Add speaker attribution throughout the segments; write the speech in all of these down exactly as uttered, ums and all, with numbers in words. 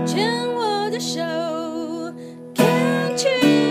Speaker 1: 牵我的手 Can't you。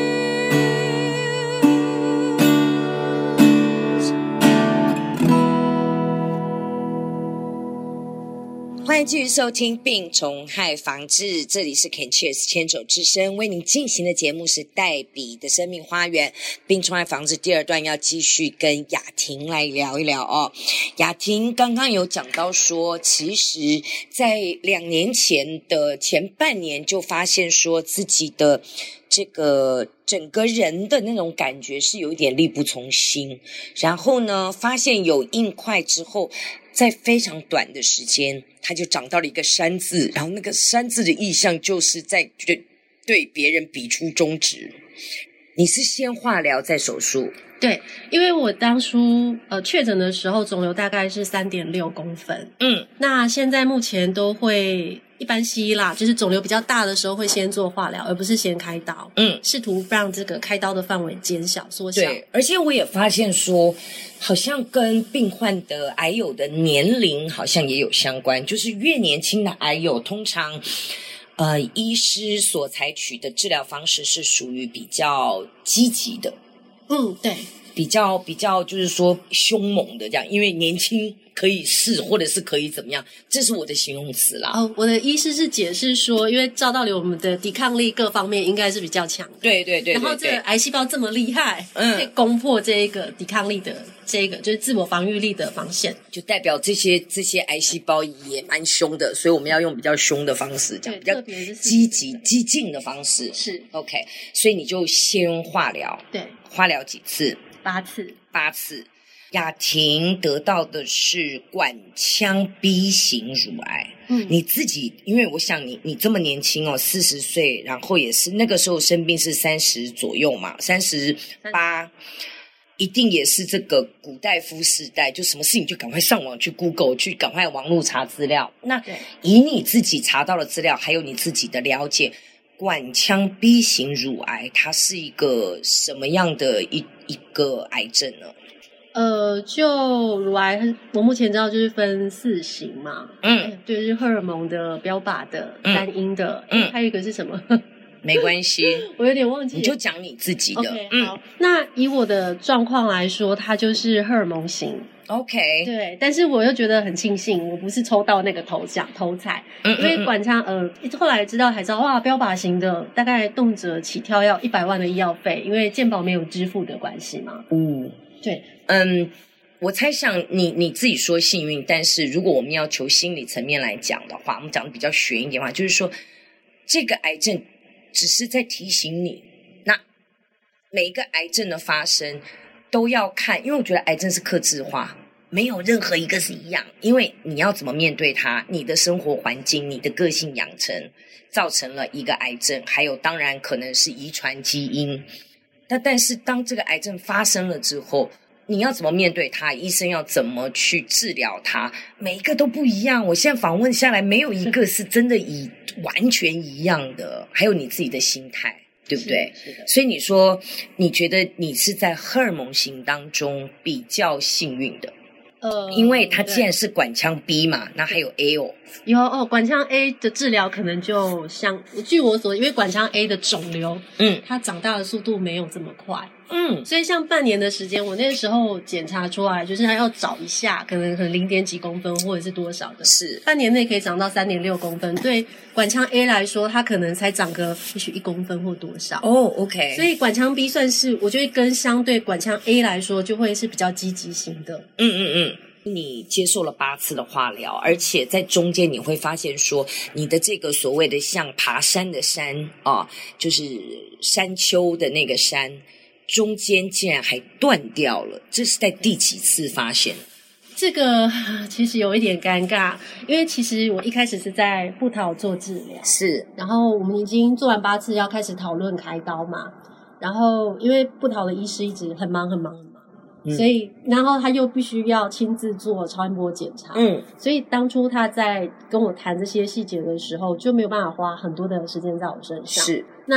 Speaker 1: 欢迎继续收听病虫害防治，这里是 Can Cheers 牵手之声，为您进行的节目是黛比的生命花园病虫害防治第二段，要继续跟雅婷来聊一聊哦。雅婷刚刚有讲到说，其实在两年前的前半年就发现说自己的这个整个人的那种感觉是有一点力不从心，然后呢发现有硬块之后，在非常短的时间他就长到了一个山字，然后那个山字的意象就是在对对别人比出中指。你是先化疗再手术？
Speaker 2: 对，因为我当初呃确诊的时候肿瘤大概是 三点六公分，嗯，那现在目前都会一般西医啦，就是肿瘤比较大的时候会先做化疗，而不是先开刀，嗯，试图让这个开刀的范围减小缩小。
Speaker 1: 对，而且我也发现说好像跟病患的癌友的年龄好像也有相关，就是越年轻的癌友通常呃医师所采取的治疗方式是属于比较积极的。
Speaker 2: 嗯，对，
Speaker 1: 比较比较就是说凶猛的这样，因为年轻可以试或者是可以怎么样，这是我的形容词啦。
Speaker 2: 哦，我的意思是解释说，因为照道理我们的抵抗力各方面应该是比较强的，
Speaker 1: 对对 对, 对, 对，
Speaker 2: 然后这个癌细胞这么厉害，
Speaker 1: 嗯，
Speaker 2: 可以攻破这一个抵抗力的这个就是自我防御力的防线，
Speaker 1: 就代表这些这些癌细胞也蛮凶的，所以我们要用比较凶的方式，这样比较积极激进的方式。
Speaker 2: 是
Speaker 1: OK， 所以你就先化疗，
Speaker 2: 对，
Speaker 1: 化疗几次？
Speaker 2: 八次，
Speaker 1: 八次。雅婷得到的是管腔 B 型乳癌。嗯，你自己，因为我想你你这么年轻哦，四十岁，然后也是那个时候生病是三十左右嘛，三十八，一定也是这个古代夫时代，就什么事情就赶快上网去 Google， 去赶快网络查资料。那以你自己查到的资料，还有你自己的了解，管腔 B 型乳癌它是一个什么样的一一个癌症呢？
Speaker 2: 呃，就乳癌，我目前知道就是分四型嘛，嗯，就是荷尔蒙的、标靶的、单因的，嗯，还有一个是什么？
Speaker 1: 没关系，
Speaker 2: 我有点忘记，
Speaker 1: 你就讲你自己的。
Speaker 2: OK， 嗯，好，那以我的状况来说，它就是荷尔蒙型。
Speaker 1: OK，
Speaker 2: 对，但是我又觉得很庆幸，我不是抽到那个头奖头彩，嗯嗯嗯，因为管腔呃，后来知道才知道，哇，标靶型的大概动辄起跳要一百万的医药费，因为健保没有支付的关系嘛。嗯，对，
Speaker 1: 嗯，我猜想你你自己说幸运，但是如果我们要求心理层面来讲的话，我们讲的比较玄一点的话，就是说这个癌症只是在提醒你，那每一个癌症的发生都要看，因为我觉得癌症是客制化，没有任何一个是一样，因为你要怎么面对它，你的生活环境，你的个性养成造成了一个癌症，还有当然可能是遗传基因。那但是当这个癌症发生了之后，你要怎么面对它，医生要怎么去治疗它，每一个都不一样。我现在访问下来没有一个是真的以完全一样的，还有你自己的心态，对不对？
Speaker 2: 是的。
Speaker 1: 所以你说你觉得你是在荷尔蒙型当中比较幸运的，呃，因为它既然是管腔 B 嘛，那还有 A 哦，
Speaker 2: 有哦，管腔 A 的治疗可能就像据我所，因为管腔 A 的肿瘤，嗯，它长大的速度没有这么快，嗯，所以像半年的时间，我那时候检查出来，就是它要找一下，可能可能零点几公分或者是多少的，
Speaker 1: 是
Speaker 2: 半年内可以长到三点六公分，对管腔 A 来说，它可能才长个也许一公分或多少
Speaker 1: 哦 ，OK，
Speaker 2: 所以管腔 B 算是我觉得跟相对管腔 A 来说，就会是比较积极型的，
Speaker 1: 嗯嗯嗯。你接受了八次的化疗，而且在中间你会发现说，你的这个所谓的像爬山的山啊，就是山丘的那个山，中间竟然还断掉了，这是在第几次发现？
Speaker 2: 这个其实有一点尴尬，因为其实我一开始是在布桃做治疗，
Speaker 1: 是，
Speaker 2: 然后我们已经做完八次，要开始讨论开刀嘛，然后因为布桃的医师一直很忙很忙很忙。嗯、所以然后他又必须要亲自做超音波检查，嗯，所以当初他在跟我谈这些细节的时候就没有办法花很多的时间在我身上，
Speaker 1: 是。
Speaker 2: 那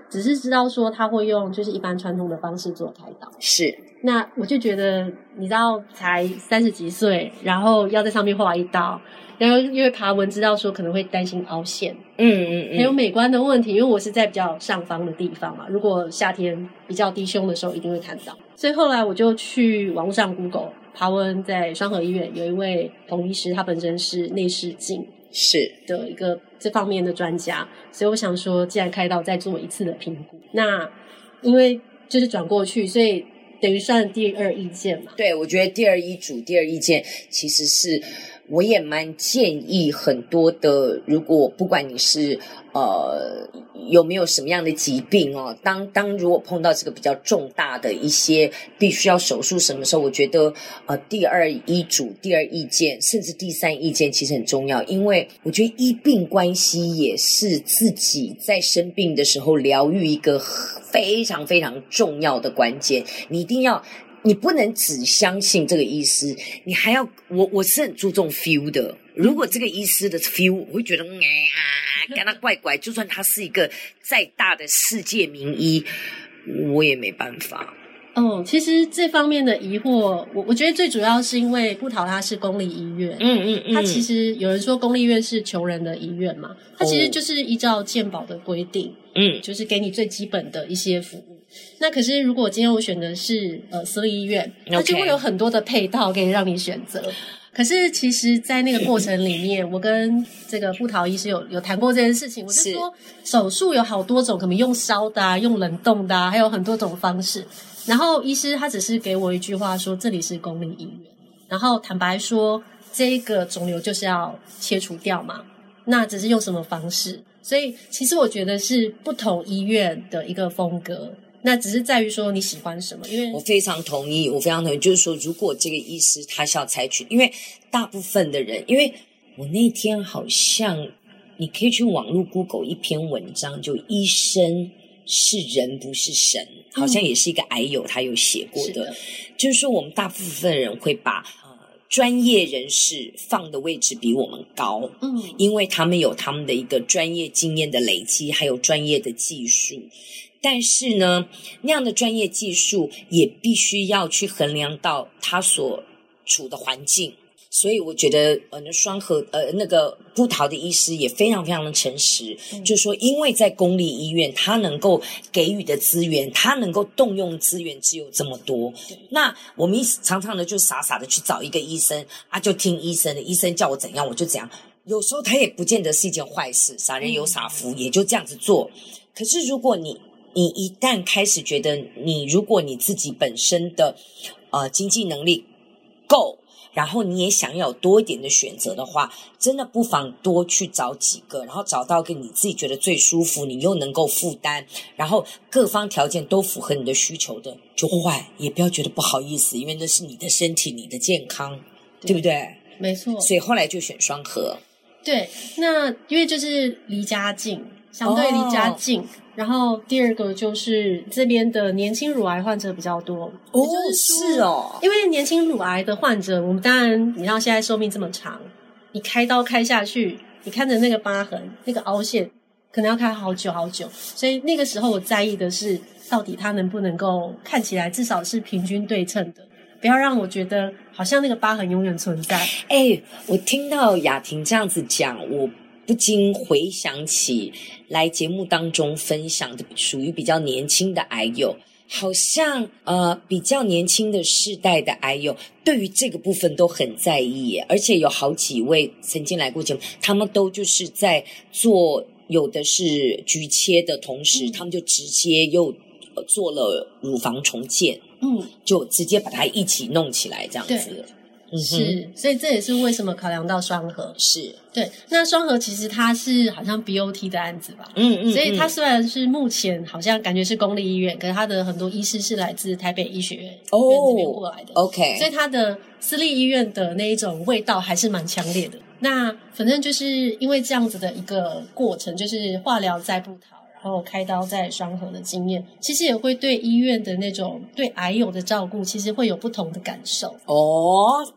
Speaker 2: 只是知道说他会用就是一般传统的方式做开刀。
Speaker 1: 是，那
Speaker 2: 我就觉得你知道才三十几岁，然后要在上面划一刀，然后因为爬文知道说可能会担心凹陷，嗯嗯嗯，还有美观的问题，因为我是在比较上方的地方嘛，如果夏天比较低胸的时候一定会看到，所以后来我就去网络上 Google 爬文，在双和医院有一位童医师，他本身是内视镜
Speaker 1: 是
Speaker 2: 的一个这方面的专家，所以我想说既然开刀再做一次的评估，那因为就是转过去，所以等于算第二意见嘛。
Speaker 1: 对，我觉得第二医嘱第二意见其实是我也蛮建议很多的，如果不管你是呃有没有什么样的疾病哦，当当如果碰到这个比较重大的一些必须要手术什么时候，我觉得呃第二医嘱第二意见甚至第三意见其实很重要，因为我觉得医病关系也是自己在生病的时候疗愈一个非常非常重要的关键，你一定要你不能只相信这个医师，你还要我我是很注重 feel 的。如果这个医师的 feel 我会觉得哎呀跟他怪怪，就算他是一个再大的世界名医我也没办法。
Speaker 2: 哦，其实这方面的疑惑我我觉得最主要是因为布桃它是公立医院，嗯嗯嗯，它其实有人说公立医院是穷人的医院嘛，它其实就是依照健保的规定，嗯，就是给你最基本的一些服务。那可是如果今天我选的是呃私立医院，它就会有很多的配套可以让你选择。可是其实在那个过程里面我跟这个布桃医师有有谈过这件事情，我就说手术有好多种，可能用烧的啊，用冷冻的啊，还有很多种方式。然后医师他只是给我一句话说这里是公立医院，然后坦白说这个肿瘤就是要切除掉嘛，那只是用什么方式，所以其实我觉得是不同医院的一个风格，那只是在于说你喜欢什么。因为
Speaker 1: 我非常同意我非常同意，就是说如果这个医师他是要采取，因为大部分的人，因为我那天好像你可以去网络 Google 一篇文章，就医生是人不是神，好像也是一个癌友他有写过 的, 的就是说我们大部分人会把呃专业人士放的位置比我们高，嗯，因为他们有他们的一个专业经验的累积，还有专业的技术，但是呢那样的专业技术也必须要去衡量到他所处的环境。所以我觉得呃，那双和呃那个布桃的医师也非常非常的诚实，嗯，就是说因为在公立医院他能够给予的资源，他能够动用的资源只有这么多，那我们常常的就傻傻的去找一个医生啊，就听医生的，医生叫我怎样我就怎样，有时候他也不见得是一件坏事，傻人有傻福，嗯，也就这样子做。可是如果你你一旦开始觉得你如果你自己本身的呃经济能力够，然后你也想要有多一点的选择的话，真的不妨多去找几个，然后找到一个你自己觉得最舒服，你又能够负担，然后各方条件都符合你的需求的就换，也不要觉得不好意思，因为那是你的身体你的健康， 对, 对不对？
Speaker 2: 没错。
Speaker 1: 所以后来就选双和。对，
Speaker 2: 那因为就是离家近，相对离家近，哦，然后第二个就是这边的年轻乳癌患者比较多。
Speaker 1: 哦，是哦，
Speaker 2: 因为年轻乳癌的患者，我们当然你知道现在寿命这么长，你开刀开下去，你看着那个疤痕那个凹陷可能要开好久好久，所以那个时候我在意的是到底它能不能够看起来至少是平均对称的，不要让我觉得好像那个疤痕永远存在。
Speaker 1: 哎，我听到雅婷这样子讲，我不禁回想起来节目当中分享的属于比较年轻的癌友，好像呃比较年轻的世代的癌友对于这个部分都很在意耶，而且有好几位曾经来过节目，他们都就是在做有的是局切的同时，嗯，他们就直接又做了乳房重建，嗯，就直接把它一起弄起来这样子。
Speaker 2: 嗯，是，所以这也是为什么考量到双和。
Speaker 1: 是，
Speaker 2: 对，那双和其实它是好像 B O T 的案子吧，嗯嗯，所以它虽然是目前好像感觉是公立医院，可是它的很多医师是来自台北医学院这边过来的，
Speaker 1: 哦 OK，
Speaker 2: 所以它的私立医院的那一种味道还是蛮强烈的。那反正就是因为这样子的一个过程，就是化疗在布桃，然后开刀在双和的经验，其实也会对医院的那种对癌友的照顾其实会有不同的感受。
Speaker 1: 哦，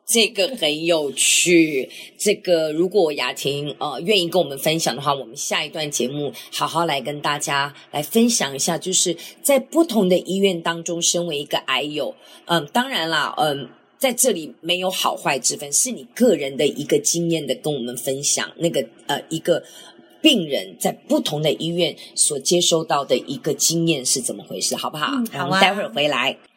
Speaker 1: 这个很有趣，这个如果雅婷呃愿意跟我们分享的话，我们下一段节目好好来跟大家来分享一下，就是在不同的医院当中，身为一个癌友，嗯，当然啦，嗯。在这里没有好坏之分，是你个人的一个经验的跟我们分享，那个呃一个病人在不同的医院所接收到的一个经验是怎么回事，好不好？
Speaker 2: 嗯，好啊。
Speaker 1: 我们待会儿回来。